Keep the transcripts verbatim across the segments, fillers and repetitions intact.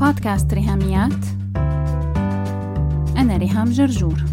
بودكاست ريهاميات. أنا ريهام جرجور.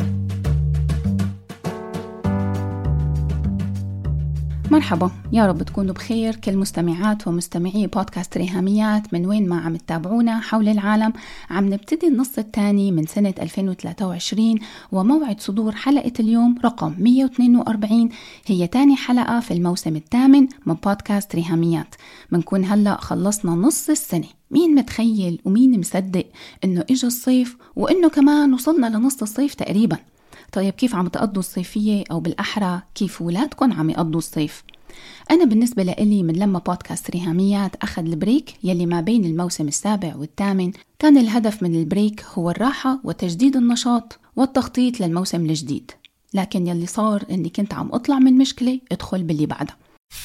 مرحبا، يا رب تكونوا بخير كل مستمعات ومستمعي بودكاست ريهاميات من وين ما عم تتابعونا حول العالم. عم نبتدي النص الثاني من سنة ألفين وثلاثة وعشرين، وموعد صدور حلقة اليوم رقم مية واثنين وأربعين، هي تاني حلقة في الموسم الثامن من بودكاست ريهاميات. منكون هلأ خلصنا نص السنة. مين متخيل ومين مصدق إنه إجا الصيف، وإنه كمان وصلنا لنص الصيف تقريباً. طيب كيف عم تقضوا الصيفية، أو بالأحرى كيف ولادكم عم يقضوا الصيف؟ أنا بالنسبة لإلي من لما بودكاست ريهاميات أخذ البريك يلي ما بين الموسم السابع والثامن، كان الهدف من البريك هو الراحة وتجديد النشاط والتخطيط للموسم الجديد. لكن يلي صار إني كنت عم أطلع من مشكلة أدخل باللي بعدها.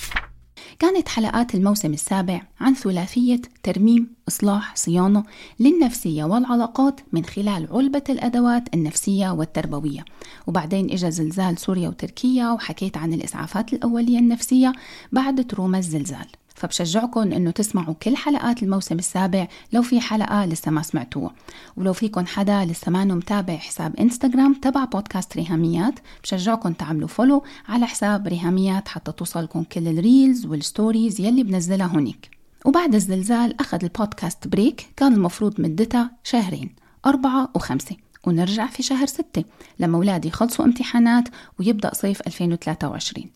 كانت حلقات الموسم السابع عن ثلاثية ترميم، إصلاح، صيانة للنفسية والعلاقات من خلال علبة الأدوات النفسية والتربوية. وبعدين إجا زلزال سوريا وتركيا، وحكيت عن الإسعافات الأولية النفسية بعد تروما الزلزال. فبشجعكم أنه تسمعوا كل حلقات الموسم السابع لو في حلقة لسه ما سمعتوها. ولو فيكم حدا لسه ما متابع حساب إنستغرام تبع بودكاست ريهاميات، بشجعكم تعملوا فولو على حساب ريهاميات حتى توصلكم كل الريلز والستوريز يلي بنزلها هونيك. وبعد الزلزال أخذ البودكاست بريك، كان المفروض مدتها شهرين، أربعة وخمسة، ونرجع في شهر ستة لما أولادي خلصوا امتحانات ويبدأ صيف ألفين وثلاثة وعشرين.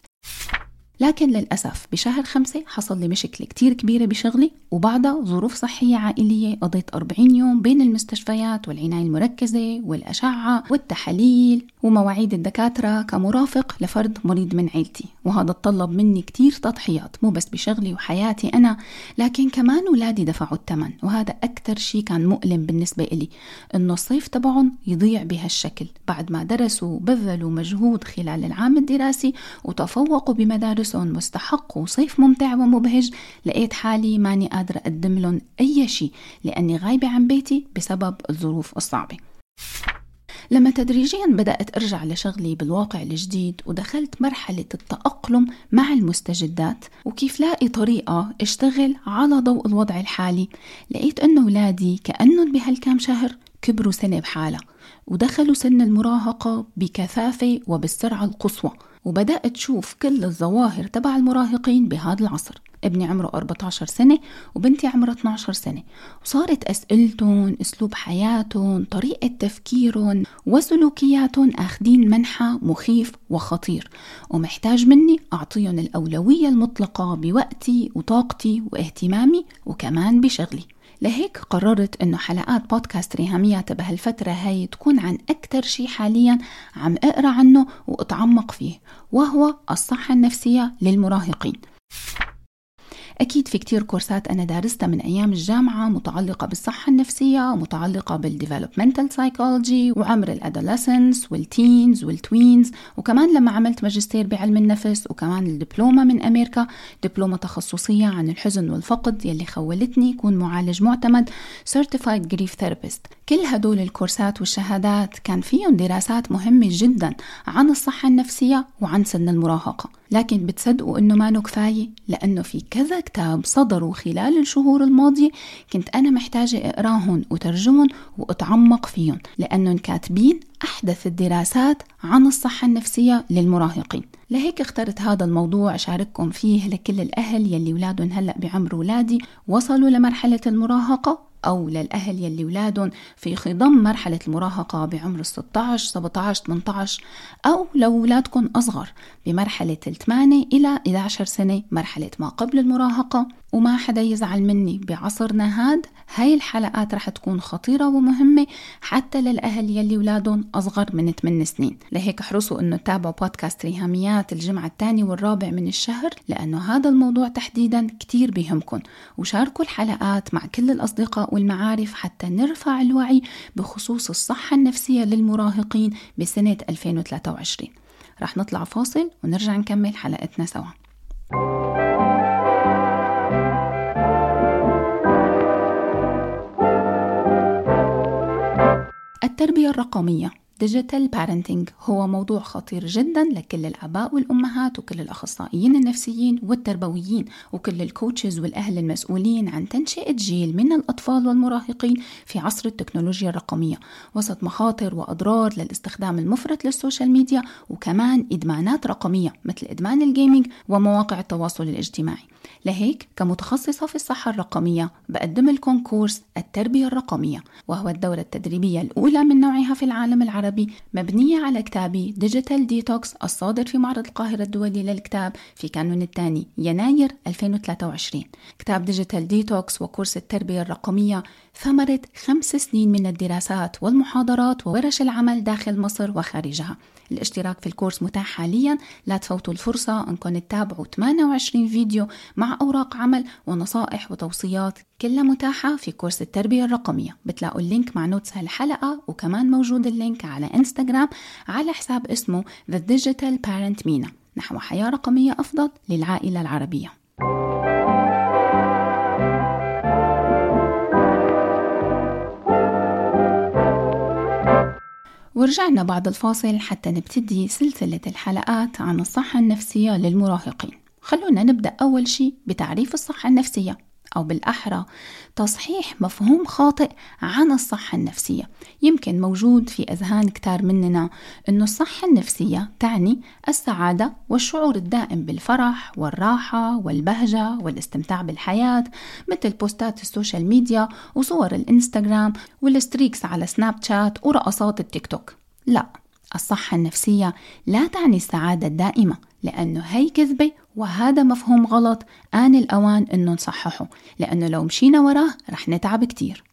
لكن للأسف بشهر خمسة حصل لي مشكلة كتير كبيرة بشغلي، وبعدها ظروف صحية عائلية. قضيت أربعين يوم بين المستشفيات والعناية المركزة والأشعة والتحاليل ومواعيد الدكاترة كمرافق لفرد مريض من عيلتي. وهذا تطلب مني كتير تضحيات، مو بس بشغلي وحياتي أنا، لكن كمان أولادي دفعوا الثمن. وهذا أكتر شيء كان مؤلم بالنسبة إلي، إنه الصيف تبعهم يضيع بهالشكل بعد ما درسوا وبذلوا مجهود خلال العام الدراسي وتفوقوا بمدارس واستحقوا صيف ممتع ومبهج. لقيت حالي ماني قادرة أقدم لهم أي شيء لأني غايبة عن بيتي بسبب الظروف الصعبة. لما تدريجيا بدأت أرجع لشغلي بالواقع الجديد، ودخلت مرحلة التأقلم مع المستجدات وكيف لاقي طريقة اشتغل على ضوء الوضع الحالي، لقيت أنه أولادي كأنهم بهالكام شهر كبروا سنة بحالة، ودخلوا سن المراهقة بكثافة وبالسرعة القصوى. وبدأت تشوف كل الظواهر تبع المراهقين بهذا العصر. ابني عمره أربعة عشر سنة وبنتي عمرها اثني عشر سنة، وصارت أسئلتهم، أسلوب حياتهم، طريقة تفكيرهم وسلوكياتهم أخدين منحى مخيف وخطير، ومحتاج مني أعطيهم الأولوية المطلقة بوقتي وطاقتي واهتمامي وكمان بشغلي. لهيك قررت إنه حلقات بودكاست ريهاميات بهالفترة هاي تكون عن أكتر شيء حاليا عم أقرأ عنه وأتعمق فيه، وهو الصحة النفسية للمراهقين. أكيد في كتير كورسات أنا دارستها من أيام الجامعة متعلقة بالصحة النفسية، متعلقة بالديفلوبمنتال سايكولوجي وعمر الأدوليسنس والتينز والتوينز. وكمان لما عملت ماجستير بعلم النفس، وكمان الدبلومة من أمريكا، دبلومة تخصصية عن الحزن والفقد يلي خولتني كون معالج معتمد Certified Grief Therapist. كل هدول الكورسات والشهادات كان فيهم دراسات مهمة جدا عن الصحة النفسية وعن سن المراهقة. لكن بتصدقوا إنه ما كفاية، لأنه في كذا كتاب صدروا خلال الشهور الماضية كنت أنا محتاجة أقراهم وترجمهم وأتعمق فيهم، لأنهم كاتبين أحدث الدراسات عن الصحة النفسية للمراهقين. لهيك اخترت هذا الموضوع أشارككم فيه لكل الأهل يلي ولادهم هلأ بعمر ولادي وصلوا لمرحلة المراهقة، أو للأهل يلي ولادهم في خضم مرحلة المراهقة بعمر ستة عشر سبعة عشر ثمانية عشر، أو لو ولادكم أصغر بمرحلة الثمانية إلى إحدى عشرة سنة، مرحلة ما قبل المراهقة. وما حدا يزعل مني، بعصرنا هاد هاي الحلقات رح تكون خطيرة ومهمة حتى للأهل يلي ولادهم أصغر من ثماني سنين. لهيك احرصوا أنه تتابعوا بودكاست ريهاميات الجمعة الثاني والرابع من الشهر، لأنه هذا الموضوع تحديدا كتير بيهمكم. وشاركوا الحلقات مع كل الأصدقاء والمعارف حتى نرفع الوعي بخصوص الصحة النفسية للمراهقين بسنة ألفين وثلاثة وعشرين. رح نطلع فاصل ونرجع نكمل حلقتنا سوا. التربية الرقمية ديجيتال بارنتينج هو موضوع خطير جدا لكل الآباء والأمهات وكل الأخصائيين النفسيين والتربويين وكل الكوتشز والأهل المسؤولين عن تنشئة جيل من الأطفال والمراهقين في عصر التكنولوجيا الرقمية وسط مخاطر وأضرار للاستخدام المفرط للسوشيال ميديا وكمان إدمانات رقمية مثل إدمان الجيمينج ومواقع التواصل الاجتماعي. لهيك كمتخصصة في الصحة الرقمية بقدم لكم كورس التربية الرقمية، وهو الدورة التدريبية الأولى من نوعها في العالم العربي، مبنية على كتابي ديجيتال ديتوكس الصادر في معرض القاهرة الدولي للكتاب في كانون الثاني يناير ألفين وثلاثة وعشرين. كتاب ديجيتال ديتوكس وكورس التربية الرقمية ثمرة خمس سنين من الدراسات والمحاضرات وورش العمل داخل مصر وخارجها. الاشتراك في الكورس متاح حاليا، لا تفوتوا الفرصة أنكم تتابعوا ثمانية وعشرين فيديو مع أوراق عمل ونصائح وتوصيات كلها متاحة في كورس التربية الرقمية. بتلاقوا اللينك مع نوتس هالحلقة، وكمان موجود اللينك على إنستغرام على حساب اسمه The Digital Parent مينا، نحو حياة رقمية أفضل للعائلة العربية. ورجعنا بعد الفاصل حتى نبتدي سلسلة الحلقات عن الصحة النفسية للمراهقين. خلونا نبدأ أول شيء بتعريف الصحة النفسية، أو بالأحرى تصحيح مفهوم خاطئ عن الصحة النفسية. يمكن موجود في أذهان كتار مننا أن الصحة النفسية تعني السعادة والشعور الدائم بالفرح والراحة والبهجة والاستمتاع بالحياة، مثل بوستات السوشيال ميديا وصور الإنستغرام والستريكس على سناب شات ورقصات التيك توك. لا، الصحة النفسية لا تعني السعادة الدائمة، لأنه هي كذبة وهذا مفهوم غلط. آن الأوان أنه نصححه، لأنه لو مشينا وراه رح نتعب كتير.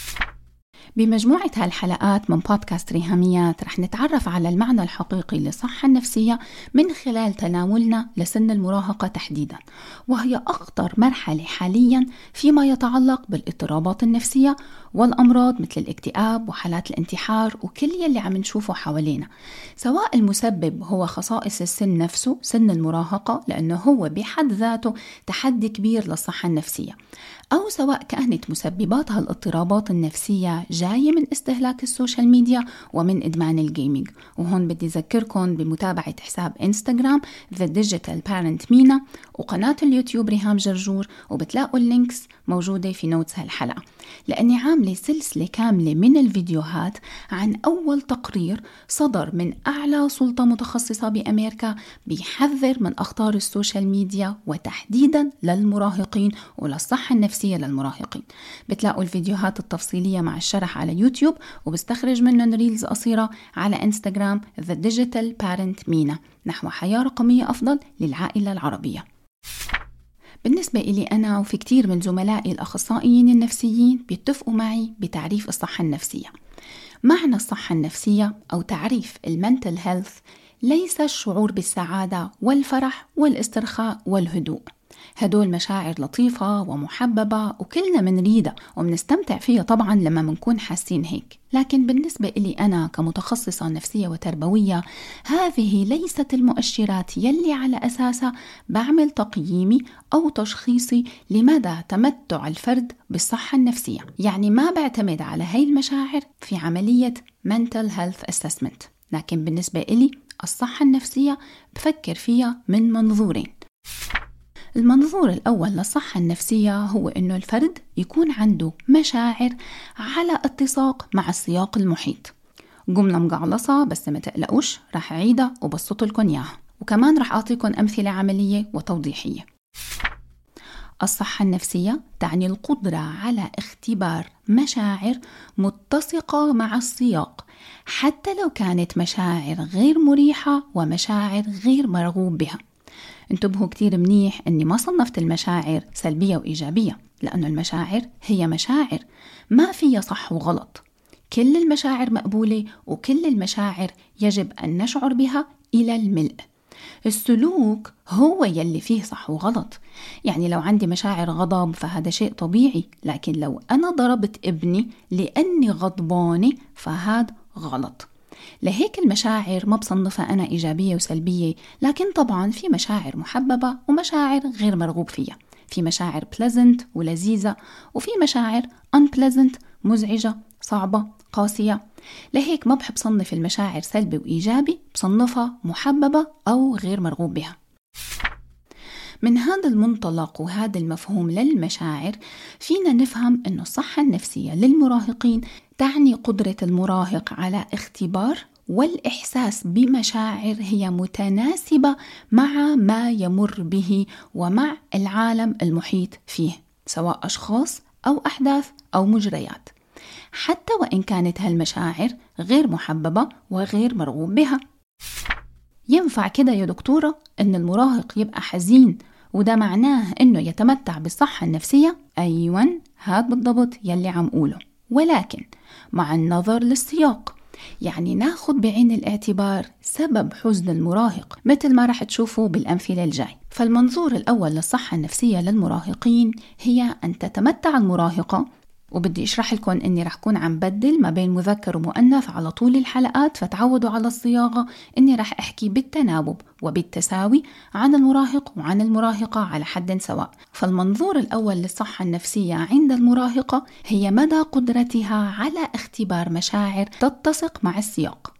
بمجموعة هالحلقات من بودكاست ريهاميات رح نتعرف على المعنى الحقيقي للصحة النفسية من خلال تناولنا لسن المراهقة تحديدا، وهي أخطر مرحلة حاليا فيما يتعلق بالاضطرابات النفسية والأمراض مثل الاكتئاب وحالات الانتحار وكل يلي عم نشوفه حوالينا، سواء المسبب هو خصائص السن نفسه، سن المراهقة، لأنه هو بحد ذاته تحدي كبير للصحة النفسية، أو سواء كانت مسببات هالاضطرابات النفسية جاية من استهلاك السوشيال ميديا ومن إدمان الجيمينج. وهون بدي أذكركم بمتابعة حساب إنستغرام The Digital Parent مينا وقناة اليوتيوب ريهام جرجور، وبتلاقوا اللينكس موجودة في نوتس هالحلقة، لأني عاملة سلسلة كاملة من الفيديوهات عن أول تقرير صدر من أعلى سلطة متخصصة بأمريكا بيحذر من أخطار السوشيال ميديا وتحديدا للمراهقين وللصحة النفسية للمراهقين. بتلاقوا الفيديوهات التفصيلية مع الشرح على يوتيوب، وبستخرج منهم ريلز قصيرة على إنستغرام The Digital Parent مينا، نحو حياة رقمية أفضل للعائلة العربية. بالنسبة إلي أنا وفي كتير من زملائي الأخصائيين النفسيين بيتفقوا معي بتعريف الصحة النفسية. معنى الصحة النفسية أو تعريف المنتل هيلث ليس الشعور بالسعادة والفرح والاسترخاء والهدوء. هدول مشاعر لطيفة ومحببة وكلنا منريدها ومنستمتع فيها طبعا لما منكون حاسين هيك، لكن بالنسبة إلي أنا كمتخصصة نفسية وتربوية هذه ليست المؤشرات يلي على أساسها بعمل تقييمي أو تشخيصي لمدى تمتع الفرد بالصحة النفسية. يعني ما بعتمد على هاي المشاعر في عملية mental health assessment، لكن بالنسبة إلي الصحة النفسية بفكر فيها من منظورين. المنظور الأول للصحة النفسية هو إنه الفرد يكون عنده مشاعر على اتساق مع السياق المحيط. جملة مقعلصة بس ما تقلقوش، رح أعيدها وبسط لكم إياها، وكمان رح أعطيكم أمثلة عملية وتوضيحية. الصحة النفسية تعني القدرة على اختبار مشاعر متسقة مع السياق، حتى لو كانت مشاعر غير مريحة ومشاعر غير مرغوب بها. انتبهوا كتير منيح أني ما صنفت المشاعر سلبية وإيجابية، لأن المشاعر هي مشاعر ما فيها صح وغلط. كل المشاعر مقبولة وكل المشاعر يجب أن نشعر بها إلى الملء. السلوك هو يلي فيه صح وغلط. يعني لو عندي مشاعر غضب فهذا شيء طبيعي، لكن لو أنا ضربت ابني لأني غضبانة فهذا غلط. لهيك المشاعر ما بصنفها أنا إيجابية وسلبية، لكن طبعا في مشاعر محببة ومشاعر غير مرغوب فيها، في مشاعر pleasant ولذيذة، وفي مشاعر unpleasant مزعجة، صعبة، قاسية. لهيك ما بحب صنف المشاعر سلبي وإيجابي، بصنفها محببة أو غير مرغوب بها. من هذا المنطلق وهذا المفهوم للمشاعر فينا نفهم أن الصحة النفسية للمراهقين تعني قدرة المراهق على اختبار والإحساس بمشاعر هي متناسبة مع ما يمر به ومع العالم المحيط فيه، سواء أشخاص أو أحداث أو مجريات، حتى وإن كانت هالمشاعر غير محببة وغير مرغوب بها. ينفع كده يا دكتورة أن المراهق يبقى حزين وده معناه أنه يتمتع بالصحة النفسية؟ أيوة، هذا بالضبط يلي عم قوله، ولكن مع النظر للسياق. يعني ناخد بعين الاعتبار سبب حزن المراهق مثل ما رح تشوفوا بالأمثلة الجاي. فالمنظور الأول للصحة النفسية للمراهقين هي أن تتمتع المراهقة، وبدي أشرح لكم أني رح كون عم بدل ما بين مذكر ومؤنث على طول الحلقات، فتعودوا على الصياغة أني رح أحكي بالتناوب وبالتساوي عن المراهق وعن المراهقة على حد سواء. فالمنظور الأول للصحة النفسية عند المراهقة هي مدى قدرتها على اختبار مشاعر تتسق مع السياق.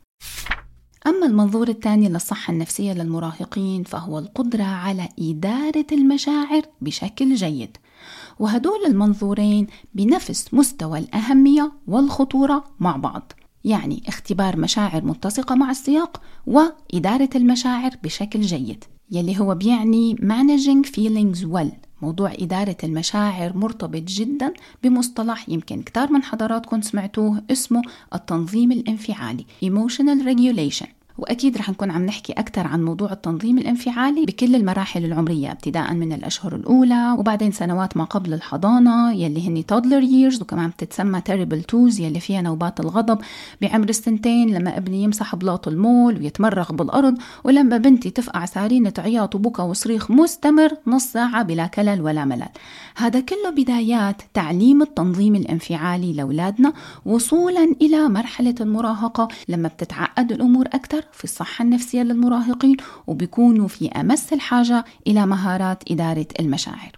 أما المنظور الثاني للصحة النفسية للمراهقين فهو القدرة على إدارة المشاعر بشكل جيد، وهدول المنظورين بنفس مستوى الأهمية والخطورة مع بعض. يعني اختبار مشاعر متسقة مع السياق وإدارة المشاعر بشكل جيد، يلي هو بيعني managing feelings well. موضوع إدارة المشاعر مرتبط جدا بمصطلح يمكن كتار من حضراتكم سمعتوه اسمه التنظيم الانفعالي emotional regulation. وأكيد رح نكون عم نحكي أكثر عن موضوع التنظيم الانفعالي بكل المراحل العمرية، ابتداء من الأشهر الأولى وبعدين سنوات ما قبل الحضانة يلي هني toddler years، وكمان بتتسمى terrible twos يلي فيها نوبات الغضب بعمر السنتين، لما ابني يمسح بلاط المول ويتمرغ بالأرض، ولما بنتي تفقع سارينة عياط وبكى وصريخ مستمر نص ساعة بلا كلل ولا ملل. هذا كله بدايات تعليم التنظيم الانفعالي لأولادنا وصولا إلى مرحلة المراهقة لما بتتعقد الأمور أكثر في الصحة النفسية للمراهقين وبيكونوا في أمس الحاجة إلى مهارات إدارة المشاعر.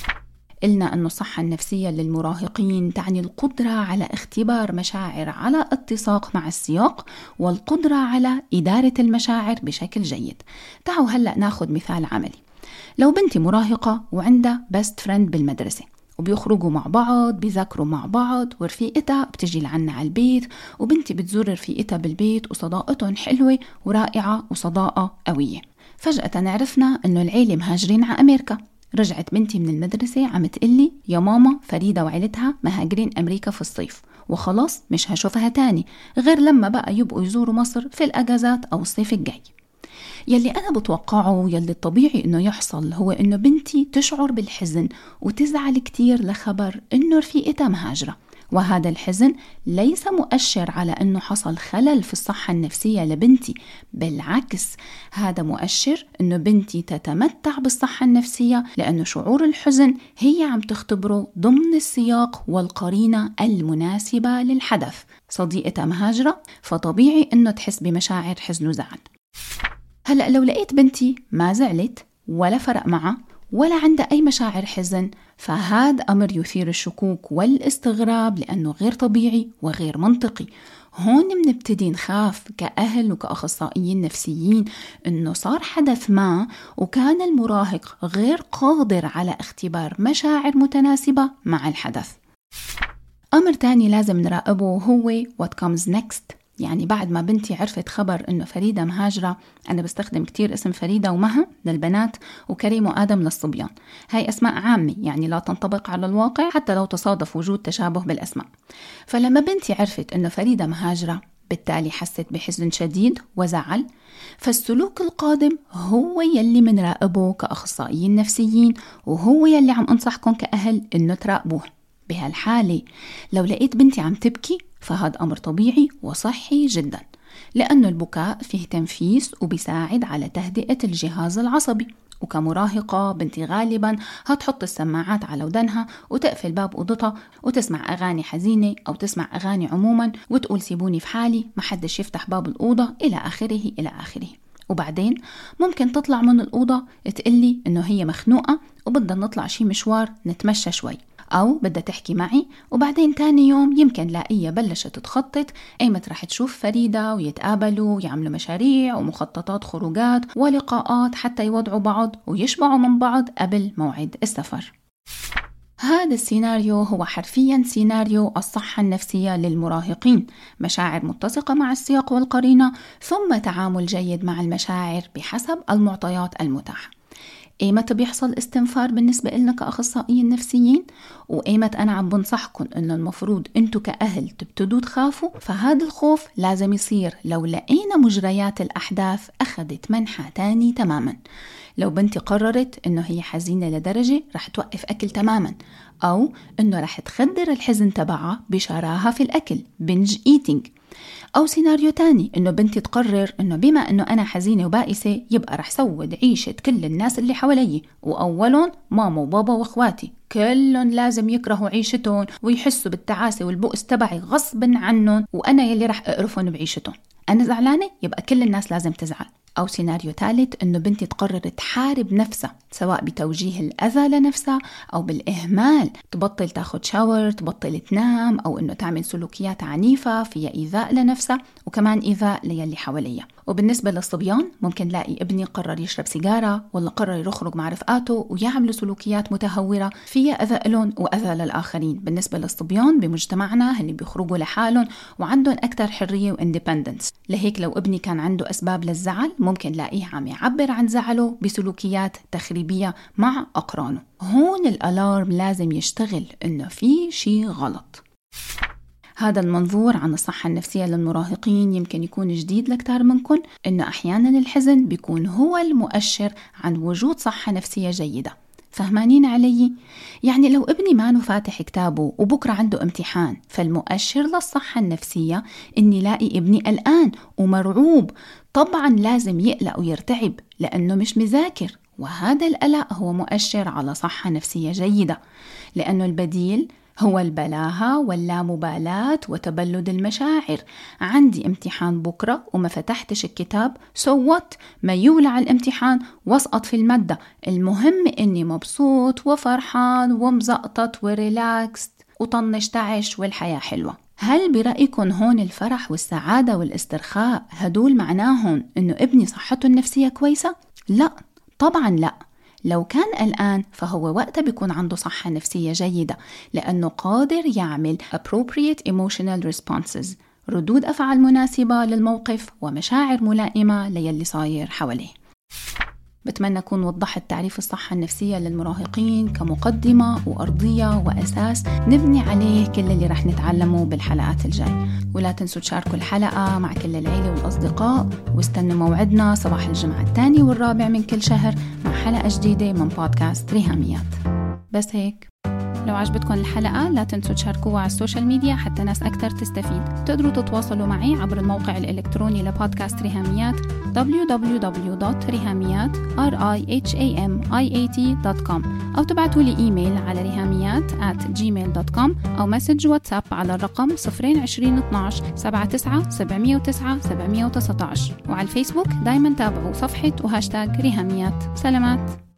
قلنا أن الصحة النفسية للمراهقين تعني القدرة على اختبار مشاعر على اتساق مع السياق والقدرة على إدارة المشاعر بشكل جيد. تعالوا هلأ ناخد مثال عملي. لو بنتي مراهقة وعندها بست فريند بالمدرسة وبيخرجوا مع بعض، بيذاكروا مع بعض، ورفيقتها بتجي لعنا على البيت، وبنتي بتزور رفيقتها بالبيت وصداقتهم حلوة ورائعة وصداقة قوية. فجأة عرفنا أنه العيلة مهاجرين على أمريكا. رجعت بنتي من المدرسة عم تقلي يا ماما فريدة وعيلتها مهاجرين أمريكا في الصيف وخلاص مش هشوفها تاني غير لما بقى يبقوا يزوروا مصر في الأجازات أو الصيف الجاي. يلي أنا بتوقعه يلي الطبيعي إنه يحصل هو إنه بنتي تشعر بالحزن وتزعل كتير لخبر إنه رفيقتها مهاجرة، وهذا الحزن ليس مؤشر على إنه حصل خلل في الصحة النفسية لبنتي، بالعكس هذا مؤشر إنه بنتي تتمتع بالصحة النفسية، لأنه شعور الحزن هي عم تختبره ضمن السياق والقرينة المناسبة للحدث. صديقتها مهاجرة فطبيعي إنه تحس بمشاعر حزن وزعل. هلأ لو لقيت بنتي ما زعلت ولا فرق معها ولا عندها أي مشاعر حزن، فهذا أمر يثير الشكوك والاستغراب لأنه غير طبيعي وغير منطقي. هون منبتدي نخاف كأهل وكأخصائيين نفسيين إنه صار حدث ما وكان المراهق غير قادر على اختبار مشاعر متناسبة مع الحدث. أمر تاني لازم نراقبه هو what comes next. يعني بعد ما بنتي عرفت خبر إنه فريدة مهاجرة، أنا بستخدم كتير اسم فريدة ومها للبنات وكريم وآدم للصبيان، هاي أسماء عامة يعني لا تنطبق على الواقع حتى لو تصادف وجود تشابه بالأسماء. فلما بنتي عرفت إنه فريدة مهاجرة بالتالي حست بحزن شديد وزعل، فالسلوك القادم هو يلي منراقبه كأخصائيين نفسيين وهو يلي عم أنصحكم كأهل إنه تراقبوه. بهالحالة لو لقيت بنتي عم تبكي فهذا أمر طبيعي وصحي جدا، لأنه البكاء فيه تنفيس وبيساعد على تهدئة الجهاز العصبي. وكمراهقة بنتي غالبا هتحط السماعات على ودنها وتقفل باب أوضتها وتسمع أغاني حزينة أو تسمع أغاني عموما وتقول سيبوني في حالي، محدش يفتح باب الأوضة إلى آخره إلى آخره. وبعدين ممكن تطلع من الأوضة تقلي إنه هي مخنوقة وبدنا نطلع شي مشوار نتمشى شوي، أو بدها تحكي معي، وبعدين تاني يوم يمكن لاقيها بلشت تخطط ايمت رح تشوف فريدة ويتقابلوا ويعملوا مشاريع ومخططات خروجات ولقاءات حتى يوضعوا بعض ويشبعوا من بعض قبل موعد السفر. هذا السيناريو هو حرفيا سيناريو الصحة النفسية للمراهقين، مشاعر متسقة مع السياق والقرينة، ثم تعامل جيد مع المشاعر بحسب المعطيات المتاحة. ايمت بيحصل استنفار بالنسبة لنا كأخصائيين نفسيين، وايمت أنا عم بنصحكم إنه المفروض أنتوا كأهل تبتدوا تخافوا. فهذا الخوف لازم يصير لو لقينا مجريات الأحداث أخذت منحى تاني تماما. لو بنتي قررت إنه هي حزينة لدرجة رح توقف أكل تماما، أو إنه رح تخدر الحزن تبعها بشراهة في الأكل binge eating. أو سيناريو تاني إنه بنتي تقرر إنه بما إنه أنا حزينة وبائسة يبقى رح سود عيشة كل الناس اللي حوالي، وأولهم ماما وبابا وإخواتي كلهم لازم يكرهوا عيشتهم ويحسوا بالتعاسة والبؤس تبعي غصب عنهم، وأنا يلي رح أقرفهم بعيشتهم. أنا زعلانة يبقى كل الناس لازم تزعل. أو سيناريو ثالث إنه بنتي تقرر تحارب نفسها، سواء بتوجيه الأذى لنفسها أو بالإهمال، تبطل تاخد شاور، تبطل تنام، أو إنه تعمل سلوكيات عنيفة فيها إيذاء لنفسها وكمان إيذاء للي حواليها. وبالنسبة للصبيان ممكن لاقي ابني قرر يشرب سيجارة ولا قرر يخرج مع رفقاته ويعملوا سلوكيات متهورة فيها أذى لهم وأذى للآخرين. بالنسبة للصبيان بمجتمعنا اللي بيخرجوا لحالهم وعندهم أكثر حرية واندبندنس، لهيك لو ابني كان عنده أسباب للزعل ممكن لاقيه عم يعبر عن زعله بسلوكيات تخريبية مع أقرانه. هون الألارم لازم يشتغل إنه في شيء غلط. هذا المنظور عن الصحة النفسية للمراهقين يمكن يكون جديد لكتار منكم، إنه أحيانا الحزن بيكون هو المؤشر عن وجود صحة نفسية جيدة. فهمانين علي؟ يعني لو ابني مانو فاتح كتابه وبكرة عنده امتحان، فالمؤشر للصحة النفسية إني لاقي ابني قلقان ومرعوب، طبعا لازم يقلق ويرتعب لأنه مش مذاكر، وهذا القلق هو مؤشر على صحة نفسية جيدة، لأنه البديل هو البلاهة واللامبالاة وتبلد المشاعر. عندي امتحان بكرة وما فتحتش الكتاب، سوت ما يولع الامتحان واسقط في المادة، المهم اني مبسوط وفرحان ومزقطط وريلاكست وطنش تعش والحياة حلوة. هل برأيكم هون الفرح والسعادة والاسترخاء هدول معناهم انه ابني صحته النفسية كويسة؟ لا طبعا لا. لو كان قلقان فهو وقتها بيكون عنده صحة نفسية جيدة، لأنه قادر يعمل appropriate emotional responses، ردود أفعال مناسبة للموقف ومشاعر ملائمة ليلي صاير حواليه. بتمنى أكون وضحت تعريف الصحة النفسية للمراهقين كمقدمة وأرضية وأساس نبني عليه كل اللي رح نتعلمه بالحلقات الجاي. ولا تنسوا تشاركوا الحلقة مع كل العيلة والأصدقاء، واستنوا موعدنا صباح الجمعة الثاني والرابع من كل شهر مع حلقة جديدة من بودكاست ريهاميات. بس هيك، لو عجبتكم الحلقة لا تنسوا تشاركوها على السوشيال ميديا حتى ناس أكتر تستفيد. تقدروا تتواصلوا معي عبر الموقع الإلكتروني لبودكاست ريهاميات دبليو دبليو دبليو دوت ريهاميات دوت كوم، أو تبعتوا لي إيميل على ريهاميات آت جيميل دوت كوم، أو مسج واتساب على الرقم صفر عشرين اثناش سبعة تسعة سبعمية وتسعة سبعمية وتسعتاشر، وعلى الفيسبوك دايما تابعوا صفحة وهاشتاج ريهاميات. سلامات.